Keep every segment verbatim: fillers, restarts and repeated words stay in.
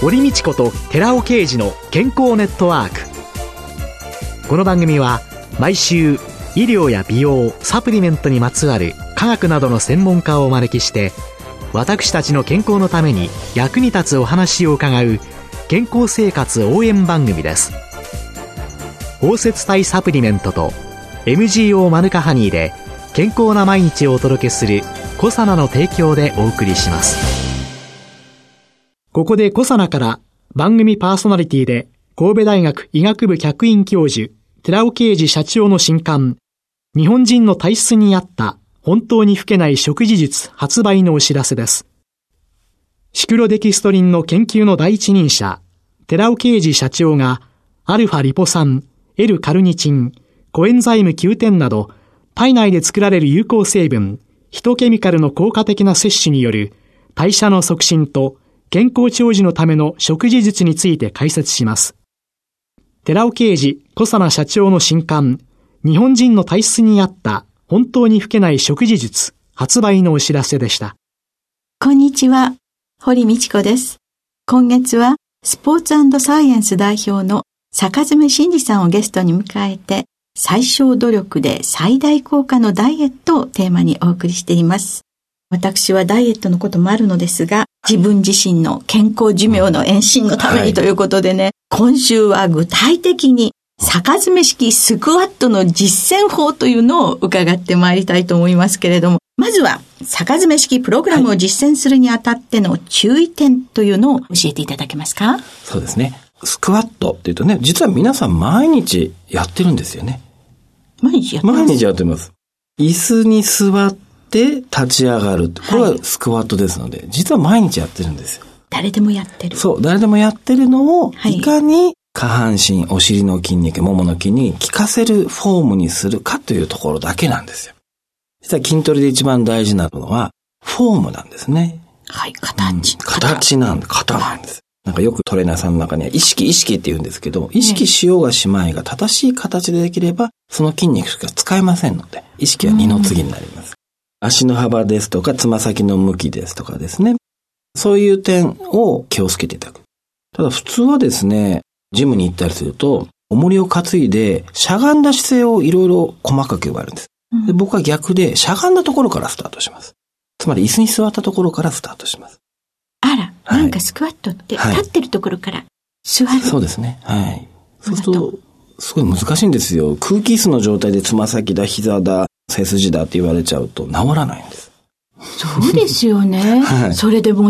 堀道子と寺尾啓二の健康ネットワーク。この番組は毎週医療や美容、サプリメントにまつわる科学などの専門家をお招きして、私たちの健康のために役に立つお話を伺う健康生活応援番組です。包摂体サプリメントと エムジーオー マヌカハニーで健康な毎日をお届けするコサナの提供でお送りします。ここでコサナから番組パーソナリティで神戸大学医学部客員教授寺尾啓二社長の新刊、日本人の体質に合った本当に老けない食事術発売のお知らせです。シクロデキストリンの研究の第一人者寺尾啓二社長がアルファリポ酸、L カルニチン、コエンザイムきゅうてんなど体内で作られる有効成分、ヒトケミカルの効果的な摂取による代謝の促進と健康長寿のための食事術について解説します。寺尾啓二、コサナ社長の新刊、日本人の体質に合った本当に老けない食事術発売のお知らせでした。 こんにちは、堀道子です。今月はスポーツ&サイエンス代表の坂詰真二さんをゲストに迎えて、最小努力で最大効果のダイエットをテーマにお送りしています。私はダイエットのこともあるのですが、自分自身の健康寿命の延伸のためにということでね、はい、今週は具体的に坂詰式スクワットの実践法というのを伺ってまいりたいと思いますけれども、まずは坂詰式プログラムを実践するにあたっての注意点というのを教えていただけますか？ そうですね。スクワットっていうとね、実は皆さん毎日やってるんですよね。 毎日やってます。 毎日やってます。椅子に座ってで立ち上がる。これはスクワットですので、はい、実は毎日やってるんですよ。 誰でもやってる。 そう、誰でもやってるのを、はい、いかに下半身、お尻の筋肉、ももの筋に効かせるフォームにするかというところだけなんですよ。実は筋トレで一番大事なのは、フォームなんですね。 はい、形。 うん、形なんだ、型なんです。なんかよくトレーナーさんの中には意識意識って言うんですけど、意識しようがしまいが正しい形でできれば、その筋肉しか使えませんので、意識は二の次になります。足の幅ですとか、つま先の向きですとかですね。そういう点を気をつけていただく。ただ普通はですね、ジムに行ったりすると、重りを担いで、しゃがんだ姿勢をいろいろ細かく呼ばれるんです。で、僕は逆で、しゃがんだところからスタートします。つまり椅子に座ったところからスタートします。 あら、はい、なんかスクワットって立ってるところから座る。はい、 そうですね。はい。そうすると、すごい難しいんですよ。空気椅子の状態でつま先だ、膝だ、背筋だって言われちゃうと治らないんです。 そうですよね。はい、それでもって、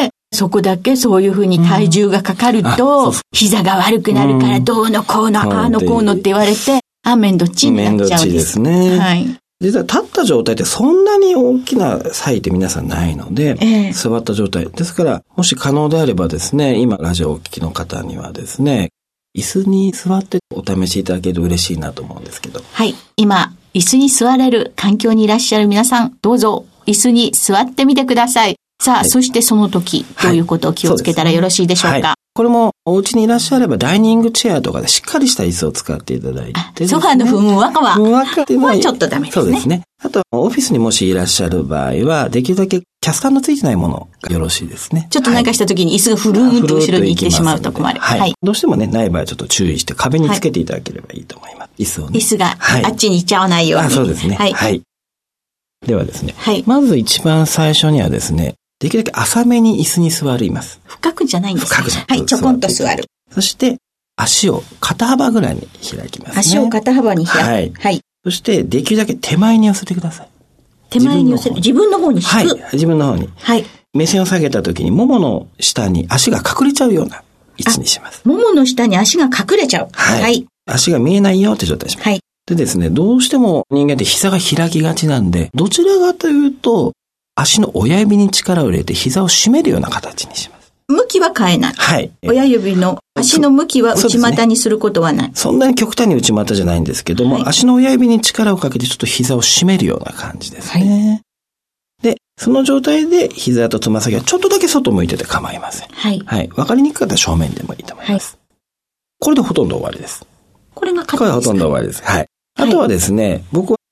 そこだけそういうふうに体重がかかると、うん、膝が悪くなるからどうのこうの、うん、ああのこうのって言われて、あ、面倒っちになっちゃうんです。面倒っちですね。はい。 実は立った状態ってそんなに大きな差異って皆さんないので、えー、座った状態。ですから、もし可能であればですね、今ラジオをお聞きの方にはですね、椅子に座ってお試しいただけると嬉しいなと思うんですけど。 はい。今、椅子に座れる環境にいらっしゃる皆さん、どうぞ椅子に座ってみてください。さあ、はい、そしてその時、どういうことを気をつけたらよろしいでしょうか。はい、はいこれもお家にいらっしゃればダイニングチェアとかでしっかりした椅子を使っていただいて、ね、 ソファーのふんわかは。 ふんわかっていうのはちょっとダメですね。 そうですね。あと、オフィスにもしいらっしゃる場合は、できるだけキャスターのついてないものがよろしいですね。 ちょっと何かした時に椅子がふるーんと後ろに行ってしまうと困る。 はい。はい、どうしてもね、ない場合はちょっと注意して壁につけていただければいいと思います。はい、椅子をね。 椅子があっちに行っちゃわないように。 あ、そうですね。はい。はい。ではですね。 はい。 まず一番最初にはですね、できるだけ浅めに椅子に座ります。 深くじゃないんですね。 深くじゃない。 はい、ちょこんと座る。 そして、足を肩幅ぐらいに開きますね。 足を肩幅に開く。はい。はい。 そして、できるだけ手前に寄せてください。 手前に寄せる。自分の方に引く。 はい。自分の方に。 はい。 目線を下げた時に、ももの下に足が隠れちゃうような位置にします。 ももの下に足が隠れちゃう。 はい。はい、足が見えないよって状態します。はい。でですね、どうしても人間って膝が開きがちなんで、どちらかというと、足の親指に力を入れて膝を締めるような形にします。 向きは変えない。 はい。 親指の足の向きは内股にすることはない。 そ, そ, ね、そんなに極端に内股じゃないんですけども、はい、足の親指に力をかけてちょっと膝を締めるような感じですね。はい、で、その状態で膝とつま先はちょっとだけ外向いてて構いません。はい。はい。わかりにくかったら正面でもいいと思います。はい、これでほとんど終わりです。 これが肩ですか？ これはほとんど終わりです。はい。あとはですね、はい、僕は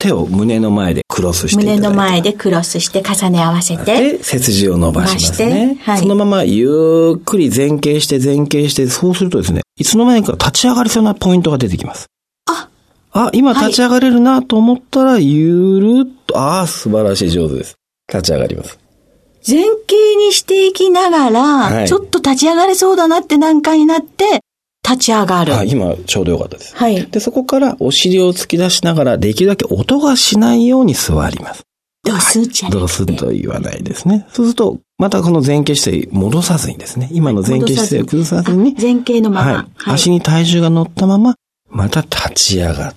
手を胸の前でクロスしていただいて。 胸の前でクロスして重ね合わせて。 で、背筋を伸ばしますね。 はい、 そのままゆっくり前傾して前傾して、そうするとですね、いつの間にか立ち上がりそうなポイントが出てきます。 あ、 あ、今立ち上がれるなと思ったら、ゆるっと、ああ、素晴らしい、上手です。立ち上がります。 前傾にしていきながら、はい、ちょっと立ち上がれそうだなって段階になって、立ち上がる。 はい、今ちょうどよかったです。 はい。 で、そこからお尻を突き出しながら、できるだけ音がしないように座ります。 ドスじゃなくて。 ドスと言わないですね。そうすると、またこの前傾姿勢戻さずにですね、今の前傾姿勢を崩さずに、 前傾のまま、 はい。足に体重が乗ったまま、また立ち上がって、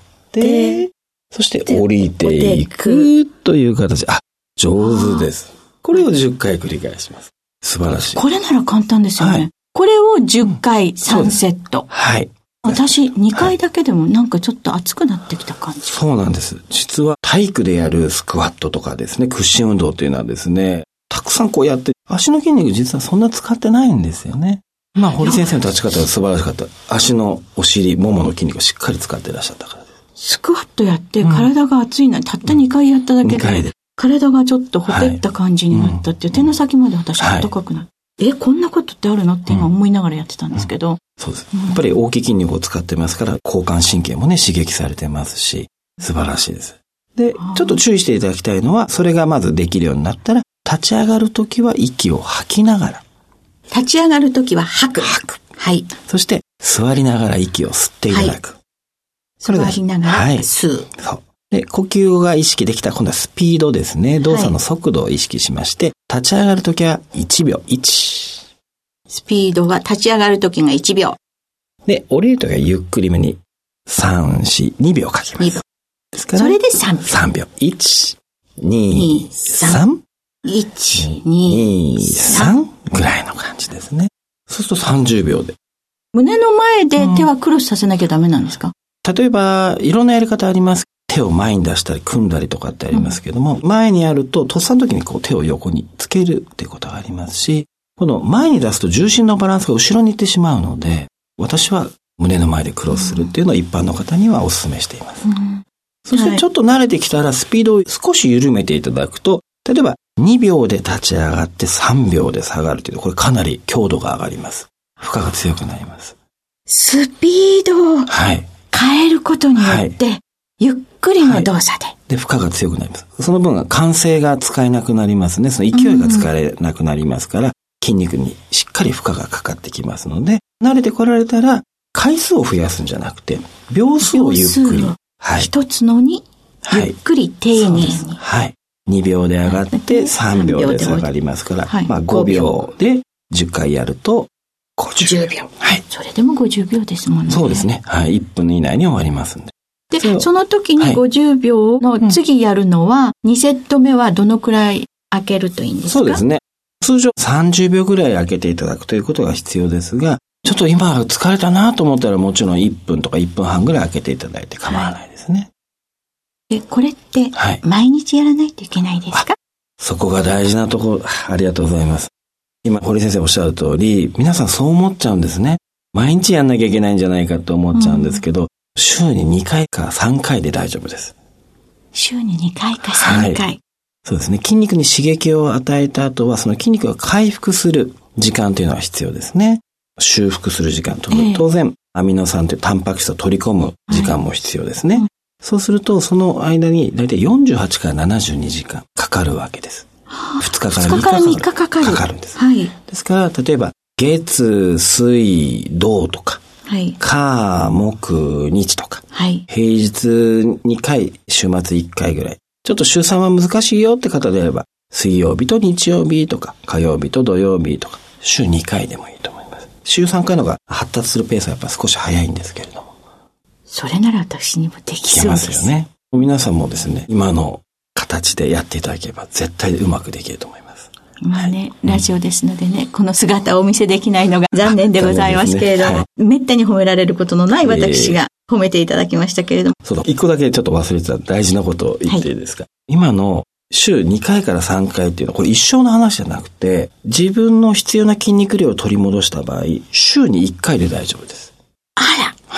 そして降りていくという形。あ、上手です。これをじゅっかい繰り返します。素晴らしい。 これなら簡単ですよね。はい、これをじゅっかいさんセット。 はい。 私、にかいだけでもなんかちょっと熱くなってきた感じ。 そうなんです。実は体育でやるスクワットとかですね、屈伸運動っていうのはですね、たくさんこうやって、足の筋肉実はそんな使ってないんですよね。まあ、堀先生の立ち方が素晴らしかった。足のお尻、ももの筋肉をしっかり使っていらっしゃったからです。 スクワットやって体が熱いのに、うん、たったにかいやっただけで、うん、で体がちょっとほてった感じになったっていう、はい、手の先まで私は高くなって。え、こんなことってあるのって今思いながらやってたんですけど。うんうん、 そうです。やっぱり大きい筋肉を使ってますから、交感神経もね、刺激されてますし、素晴らしいです。で、ちょっと注意していただきたいのは、それがまずできるようになったら、立ち上がるときは息を吐きながら。 立ち上がるときは吐く。 吐く。 はい。 そして、座りながら息を吸っていただく。はい、 座りながら吸う。 はい、そう。で、呼吸が意識できたら今度はスピードですね。動作の速度を意識しまして、はい、立ち上がるときはいちびょう。いち。 スピードが立ち上がるときがいちびょう。 で、降りるときはゆっくりめにさん、よん、にびょうかけます。 にびょう。 ですから、 それでさんびょう。 さんびょう。いち、に、さん。 いち、に、さんぐらいの感じですね。そうするとさんじゅうびょうで。 胸の前で手はクロスさせなきゃダメなんですか？ うん、例えば、いろんなやり方あります。手を前に出したり組んだりとかってありますけども、うん、前にやると、とっさの時にこう手を横につけるっていうことがありますし、この前に出すと重心のバランスが後ろに行ってしまうので、私は胸の前でクロスするっていうのを一般の方にはお勧めしています。うん、そしてちょっと慣れてきたらスピードを少し緩めていただくと、例えばにびょうで立ち上がってさんびょうで下がるという、これかなり強度が上がります。負荷が強くなります。 スピードを変えることによって、はい、ゆっくりの動作で、はい、 で、負荷が強くなります。その分、慣性が使えなくなりますね。その勢いが使えなくなりますから、うん、筋肉にしっかり負荷がかかってきますので、慣れてこられたら、回数を増やすんじゃなくて、秒数をゆっくり。 はい。一つのに、ゆっくり丁寧に。 はい。はい、にびょうで上がってさんびょうで下がりますから、はい、まあごびょうでじゅっかいやるとごじゅうびょう。はい。 それでもごじゅうびょうですもんね。 そうですね。はい。いっぷん以内に終わりますんで。 で、その時にごじゅうびょうの次やるのは、にセット目はどのくらい開けるといいんですか？ そうですね。通常さんじゅうびょうぐらい開けていただくということが必要ですが、ちょっと今疲れたなと思ったらもちろんいっぷんとかいっぷんはんぐらい開けていただいて構わないですね。 はい、で、これって毎日やらないといけないですか？はい、 そこが大事なところ、ありがとうございます。今、堀先生おっしゃる通り、皆さんそう思っちゃうんですね。毎日やんなきゃいけないんじゃないかと思っちゃうんですけど、うん、週ににかいかさんかいで大丈夫です。 週ににかいかさんかい。はい、 そうですね。筋肉に刺激を与えた後は、その筋肉が回復する時間というのは必要ですね。修復する時間と、えー、当然、アミノ酸というタンパク質を取り込む時間も必要ですね。はい、そうすると、その間にだいたいよんじゅうはちからななじゅうにじかんかかるわけです。ふつかからみっかかかる。ふつかからみっかかかる。かかるんです。 はい。 ですから、例えば、月、水、土とか、 はい、 火、木、日とか、 はい、 平日にかい、週末いっかいぐらい。ちょっと週さんは難しいよって方であれば、水曜日と日曜日とか、火曜日と土曜日とか、週にかいでもいいと思います。週さんかいのが発達するペースはやっぱ少し早いんですけれども。 それなら私にもできそうです。 できますよね。皆さんもですね、今の形でやっていただければ絶対うまくできると思います。 まあね、はい、ラジオですのでね、うん、この姿をお見せできないのが残念でございますけれども、ね、はい、めったに褒められることのない私が褒めていただきましたけれども。 そうだ、一個だけちょっと忘れてた大事なことを言っていいですか。はい、今の週にかいからさんかいっていうのはこれ一生の話じゃなくて、自分の必要な筋肉量を取り戻した場合、週にいっかいで大丈夫です。 あら。 はい。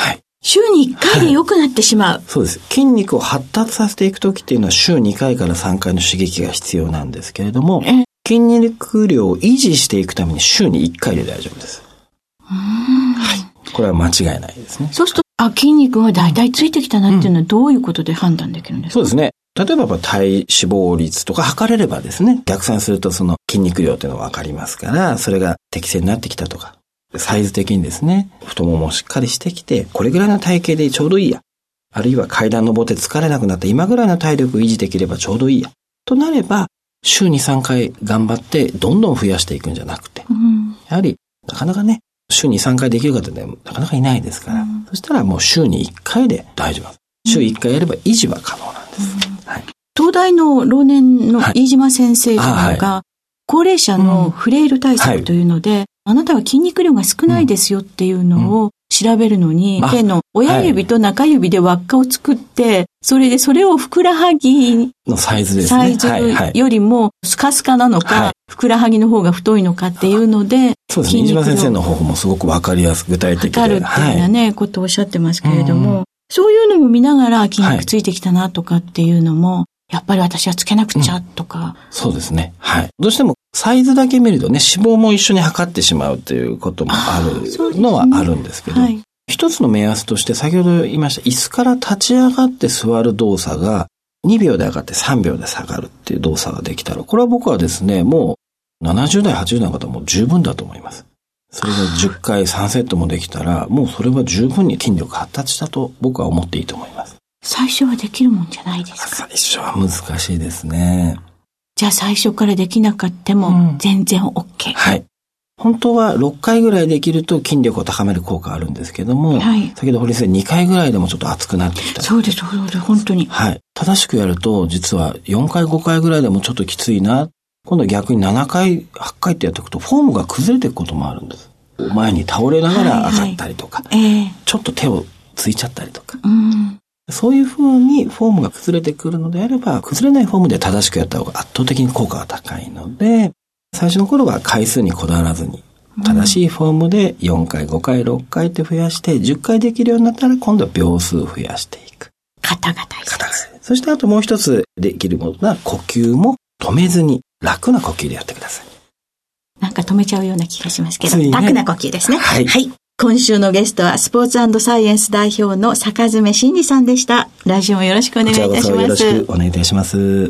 週にいっかいで良くなってしまう、 はい、そうです。筋肉を発達させていくときっていうのは週にかいからさんかいの刺激が必要なんですけれども、筋肉量を維持していくために週にいっかいで大丈夫です。 うーん、 はい。これは間違いないですね。 そうすると、あ、筋肉がだいたいついてきたなっていうのはどういうことで判断できるんですか？ そうですね。例えば体脂肪率とか測れればですね、逆算するとその筋肉量っていうのがわかりますから、それが適正になってきたとか、サイズ的にですね、太もももしっかりしてきて、これぐらいの体型でちょうどいいや。あるいは階段登って疲れなくなった今ぐらいの体力を維持できればちょうどいいや。となれば、週にさんかい頑張ってどんどん増やしていくんじゃなくて、うん、やはりなかなかね、週にさんかいできる方ってなかなかいないですから、うん、そしたらもう週にいっかいで大丈夫です。週いっかいやれば維持は可能なんです。うん、はい、 東大の老年の飯島先生が、はいはい、高齢者のフレイル対策というので、うんはい、あなたは筋肉量が少ないですよっていうのを調べるのに、うん、手の親指と中指で輪っかを作って、それでそれをふくらはぎのサイズですね。 サイズよりもスカスカなのか、はい、ふくらはぎの方が太いのかっていうので、 そうですね。飯島先生の方法もすごくわかりやすく具体的で。 測るっていうようなね、はい、ことをおっしゃってますけれども、うん、そういうのも見ながら筋肉ついてきたなとかっていうのも、はい、やっぱり私はつけなくちゃとか、 うん。そうですね。はい。どうしてもサイズだけ見るとね、脂肪も一緒に測ってしまうということもあるのはあるんですけど、はい、一つの目安として先ほど言いました椅子から立ち上がって座る動作がにびょうで上がってさんびょうで下がるっていう動作ができたら、これは僕はですね、もうななじゅうだい、はちじゅうだいの方はもう十分だと思います。それがじゅっかいさんセットもできたら、もうそれは十分に筋力発達したと僕は思っていいと思います。 最初はできるもんじゃないですか？ 最初は難しいですね。 じゃあ最初からできなかったも全然 OK、うん、 はい。本当はろっかいぐらいできると筋力を高める効果あるんですけども、はい、先ほど堀先生にかいぐらいでもちょっと熱くなってきた。 そうです、そうです、本当に。 はい。正しくやると実はよんかいごかいぐらいでもちょっときついな。今度は逆にななかいはちかいってやっていくとフォームが崩れていくこともあるんです。前に倒れながら上がったりとか、はいはいえー、ちょっと手をついちゃったりとか。うんそういう風にフォームが崩れてくるのであれば、崩れないフォームで正しくやった方が圧倒的に効果が高いので、最初の頃は回数にこだわらずに、正しいフォームでよんかい、ごかい、ろっかいって増やして、じゅっかいできるようになったら今度は秒数増やしていく。 肩が大事です。 肩が大事。そしてあともう一つできるものは、呼吸も止めずに楽な呼吸でやってください。 なんか止めちゃうような気がしますけど、ね、楽な呼吸ですね。 はい。 はい。今週のゲストはスポーツ&サイエンス代表の坂爪真二さんでした。来週もよろしくお願いいたします。 よろしくお願いいたします。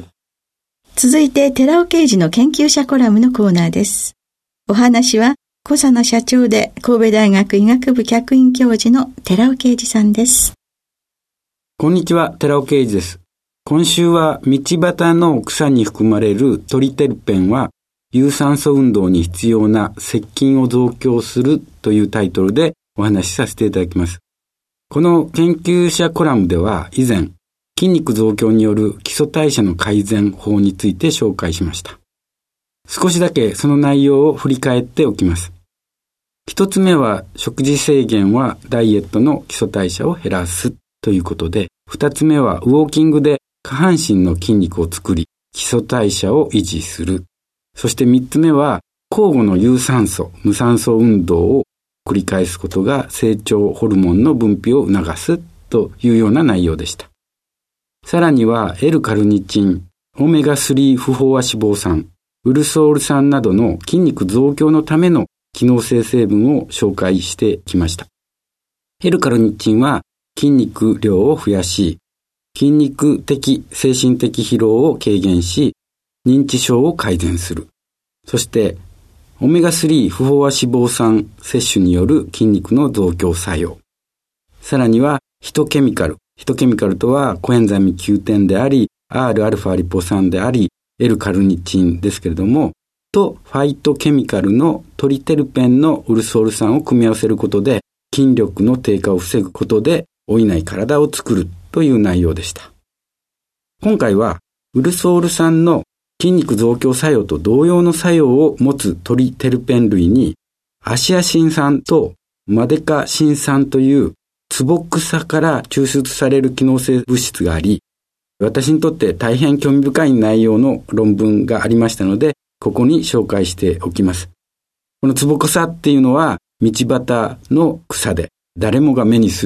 続いて寺尾啓二の研究者コラムのコーナーです。お話は小佐野社長で神戸大学医学部客員教授の寺尾啓二さんです。 こんにちは、寺尾啓二です。今週は道端の草に含まれるトリテルペンは有酸素運動に必要な接筋を増強するというタイトルでお話しさせていただきます。この研究者コラムでは以前、筋肉増強による基礎代謝の改善法について紹介しました。少しだけその内容を振り返っておきます。一つ目は食事制限はダイエットの基礎代謝を減らすということで、二つ目はウォーキングで下半身の筋肉を作り、基礎代謝を維持する。そして三つ目は交互の有酸素、無酸素運動を繰り返すことが成長ホルモンの分泌を促すというような内容でした。さらには L カルニチン、オメガスリー不飽和脂肪酸、ウルソール酸などの筋肉増強のための機能性成分を紹介してきました。L カルニチンは筋肉量を増やし、筋肉的、精神的疲労を軽減し、認知症を改善する。そして、オメガスリー不飽和脂肪酸摂取による筋肉の増強作用。さらには、ヒトケミカル。ヒトケミカルとは、コエンザイム キューテン であり、Rα リポ酸であり、L カルニチンですけれども、と、ファイトケミカルのトリテルペンのウルソール酸を組み合わせることで、筋力の低下を防ぐことで、老いない体を作るという内容でした。今回は、ウルソール酸の筋肉増強作用と同様の作用を持つトリテルペン類に、アシアシン酸とマデカシン酸というツボ草から抽出される機能性物質があり、私にとって大変興味深い内容の論文がありましたので、ここに紹介しておきます。このツボ草っていうのは道端の草で誰もが目にする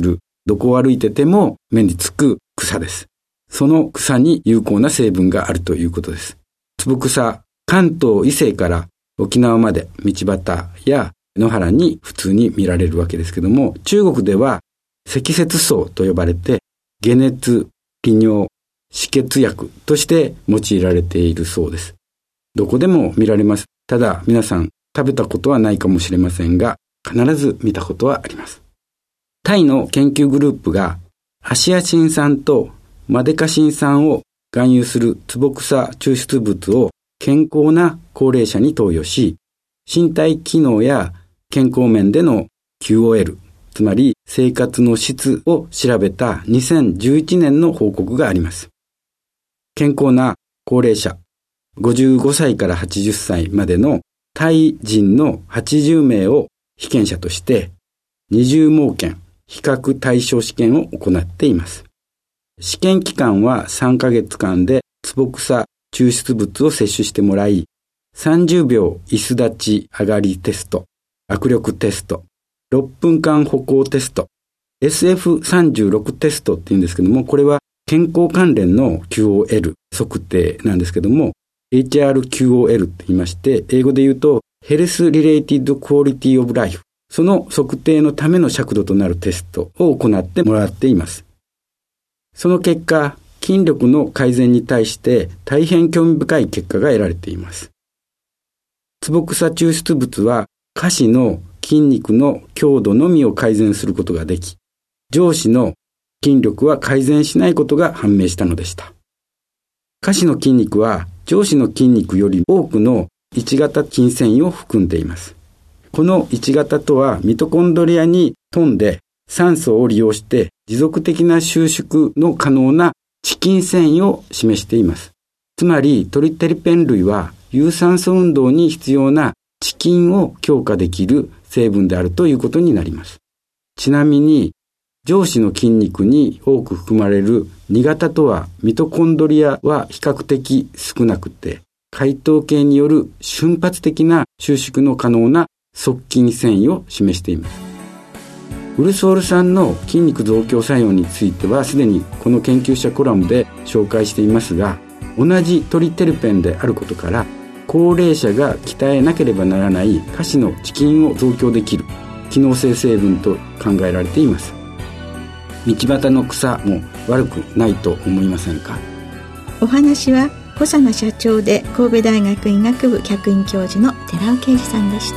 どこを歩いてても目につく草です。その草に有効な成分があるということです。坪草、関東以西から沖縄まで道端や野原に普通に見られるわけですけども、中国では積雪草と呼ばれて解熱、利尿、止血薬として用いられているそうです。どこでも見られます。ただ皆さん食べたことはないかもしれませんが、必ず見たことはあります。タイの研究グループがアシアシン酸とマデカシン酸を含有するツボクサ抽出物を健康な高齢者に投与し、身体機能や健康面での キューオーエル、つまり生活の質を調べたにせんじゅういちねんの報告があります。健康な高齢者、ごじゅうごさいからはちじゅっさいまでのタイ人のはちじゅうめいを被験者としてにじゅうもうけん比較対象試験を行っています。試験期間はさんかげつかんでツボクサ抽出物を摂取してもらい、さんじゅうびょう椅子立ち上がりテスト、握力テスト、ろっぷんかん歩行テスト、エスエフさんじゅうろく テストって言うんですけども、これは健康関連の キューオーエル 測定なんですけども、エイチアールキューオーエル って言いまして、英語で言うとヘルスリレイティッドクオリティオブライフ、その測定のための尺度となるテストを行ってもらっています。その結果、筋力の改善に対して大変興味深い結果が得られています。ツボクサ抽出物は下肢の筋肉の強度のみを改善することができ、上肢の筋力は改善しないことが判明したのでした。下肢の筋肉は上肢の筋肉より多くのいち型筋繊維を含んでいます。このいち型とはミトコンドリアに富んで酸素を利用して持続的な収縮の可能な遅筋繊維を示しています。つまりトリテリペン類は有酸素運動に必要な遅筋を強化できる成分であるということになります。ちなみに上肢の筋肉に多く含まれるに型とはミトコンドリアは比較的少なくて、解糖系による瞬発的な収縮の可能な側筋繊維を示しています。ウルソール酸の筋肉増強作用についてはすでにこの研究者コラムで紹介していますが、同じトリテルペンであることから高齢者が鍛えなければならない下肢の遅筋を増強できる機能性成分と考えられています。道端の草も悪くないと思いませんか？ お話は小佐奈社長で神戸大学医学部客員教授の寺尾啓二さんでした。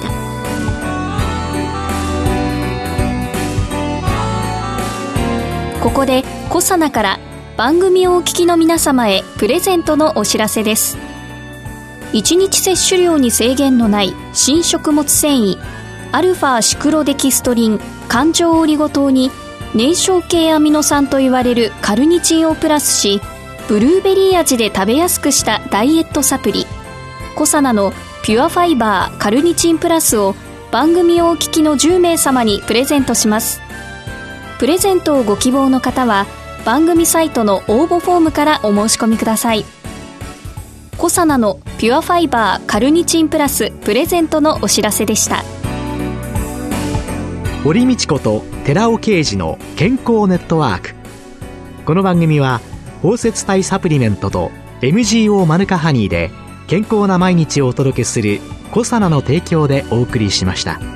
ここで小佐奈から番組をお聞きの皆様へプレゼントのお知らせです。いちにち摂取量に制限のない新食物繊維アルファシクロデキストリン環状オリゴ糖に燃焼系アミノ酸といわれるカルニチンをプラスし、ブルーベリー味で食べやすくしたダイエットサプリコサナのピュアファイバーカルニチンプラスを番組をお聞きのじゅうめいさまにプレゼントします。プレゼントをご希望の方は番組サイトの応募フォームからお申し込みください。コサナのピュアファイバーカルニチンプラスプレゼントのお知らせでした。 堀道子と寺尾啓二の健康ネットワーク。この番組は包摂体サプリメントと エムジーオー マヌカハニーで健康な毎日をお届けするコサナの提供でお送りしました。